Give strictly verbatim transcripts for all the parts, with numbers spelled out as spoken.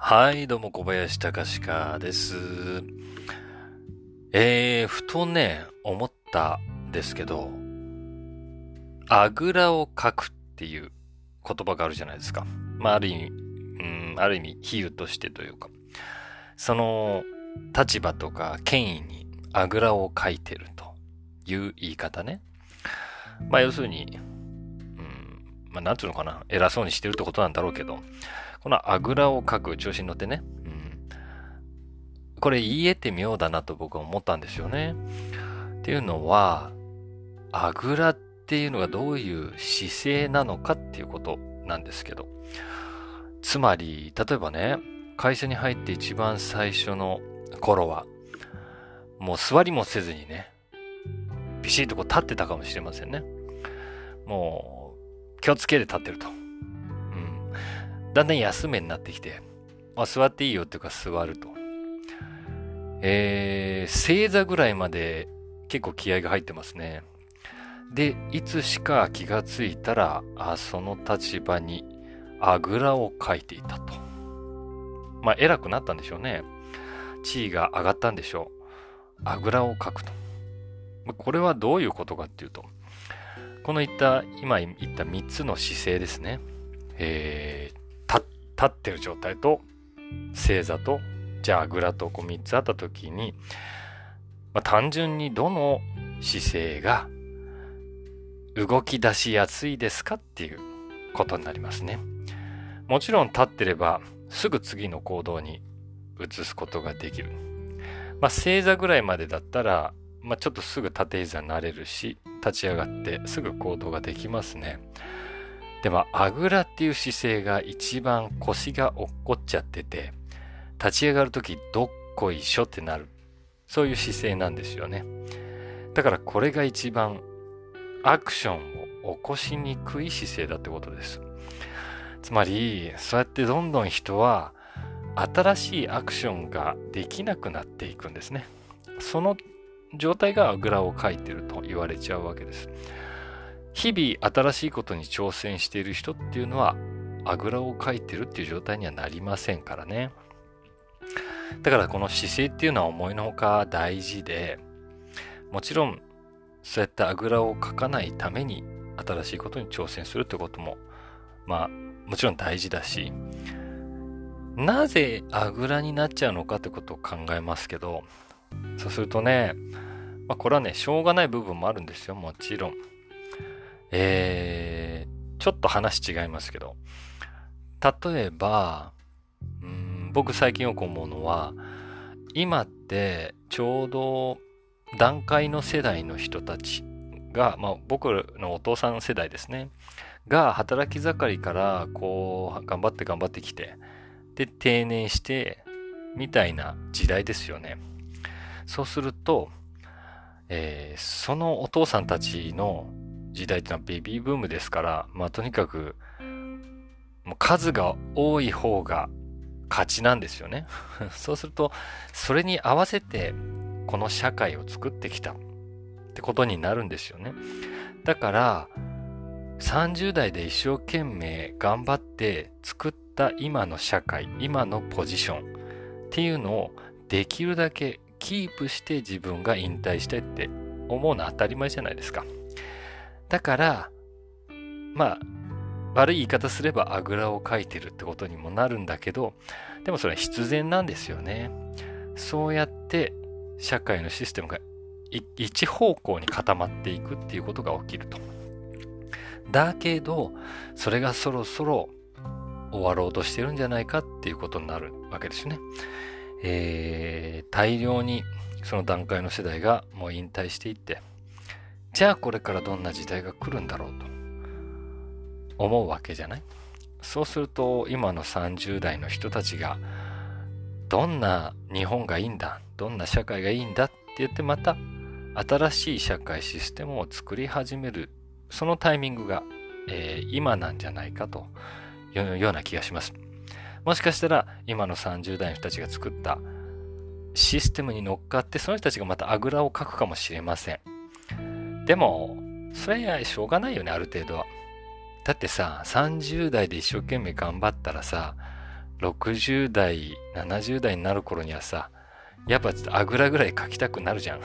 はい、どうも小林隆史です。えー、ふとね、思ったんですけど、あぐらをかくっていう言葉があるじゃないですか。まあ、ある意味、うん、ある意味比喩としてというか、その立場とか権威にあぐらをかいてるという言い方ね。まあ、要するに、うん、まあ、なんつうのかな、偉そうにしてるってことなんだろうけど、このあぐらをかく調子に乗ってね、うん、これ言い得て妙だなと僕は思ったんですよね。っていうのは、あぐらっていうのがどういう姿勢なのかっていうことなんですけど。つまり、例えばね、会社に入って一番最初の頃は、もう座りもせずにね、ビシッとこう立ってたかもしれませんね。もう、気をつけて立ってると。うん。だんだん休めになってきて、まあ、座っていいよっていうか座ると。えー、正座ぐらいまで結構気合が入ってますね。で、いつしか気がついたら、あ、その立場にあぐらをかいていたと。まあ、偉くなったんでしょうね。地位が上がったんでしょう。あぐらをかくと。これはどういうことかっていうと、この言った、今言ったみっつの姿勢ですね。えー、立立ってる状態と、正座と、じゃああぐらとこうみっつあったときに、まあ、単純にどの姿勢が動き出しやすいですかっていうことになりますね。もちろん立ってればすぐ次の行動に移すことができる。まあ正座ぐらいまでだったら、まあちょっとすぐ立て膝になれるし、立ち上がってすぐ行動ができますね。でもあぐらっていう姿勢が一番腰が落っこっちゃってて、立ち上がるときどっこいしょってなる。そういう姿勢なんですよね。だからこれが一番アクションを起こしにくい姿勢だってことです。つまり、そうやってどんどん人は新しいアクションができなくなっていくんですね。その状態があぐらをかいてると言われちゃうわけです。日々新しいことに挑戦している人っていうのはあぐらをかいてるっていう状態にはなりませんからね。だからこの姿勢っていうのは思いのほか大事で、もちろんそうやってあぐらをかかないために新しいことに挑戦するってことも、まあ、もちろん大事だし、なぜあぐらになっちゃうのかってことを考えますけど、そうするとね、まあ、これはね、しょうがない部分もあるんですよ、もちろん。えー、ちょっと話違いますけど、例えば、うーん僕最近よく思うのは、今ってちょうど団塊の世代の人たちが、まあ僕のお父さん世代ですね、が働き盛りからこう頑張って頑張ってきて、で定年してみたいな時代ですよね。そうすると、えーそのお父さんたちの時代っていうのはベビーブームですから、まあとにかくもう数が多い方が勝ちなんですよね。そうすると、それに合わせてこの社会を作ってきたってことになるんですよね。だから、さんじゅう代で一生懸命頑張って作った今の社会、今のポジションっていうのをできるだけキープして自分が引退したいって思うのは当たり前じゃないですか。だから、まあ、悪い言い方すればあぐらをかいてるってことにもなるんだけど、でもそれは必然なんですよね。そうやって社会のシステムが一方向に固まっていくっていうことが起きると。だけど、それがそろそろ終わろうとしてるんじゃないかっていうことになるわけですね。えー、大量にその段階の世代がもう引退していって、じゃあこれからどんな時代が来るんだろうと思うわけじゃない。そうすると今のさんじゅう代の人たちがどんな日本がいいんだ、どんな社会がいいんだって言ってまた新しい社会システムを作り始める、そのタイミングが、えー今なんじゃないかというような気がします。もしかしたら今のさんじゅう代の人たちが作ったシステムに乗っかってその人たちがまたあぐらをかくかもしれません。でもそれはしょうがないよね、ある程度は。だってさ、さんじゅう代で一生懸命頑張ったらさ、 ろくじゅう代、ななじゅう代になる頃にはさ、やっぱちょっとあぐらぐらいかきたくなるじゃん。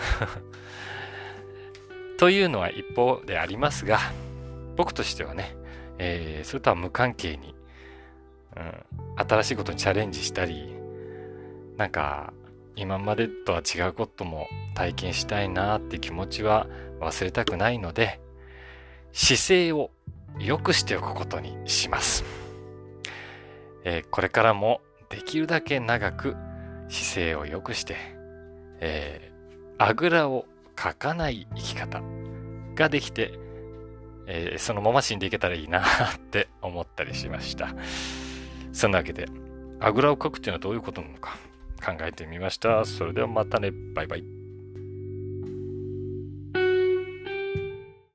というのは一方でありますが、僕としてはね、えー、それとは無関係に、うん、新しいことにチャレンジしたり、なんか今までとは違うことも体験したいなっていう気持ちは忘れたくないので、姿勢を良くしておくことにします。えー、これからもできるだけ長く姿勢を良くして、えー、あぐらをかかない生き方ができて、えー、そのまま死んでいけたらいいなって思ったりしました。そんなわけで、あぐらをかくっていうのはどういうことなのか考えてみました。それではまたね。バイバイ。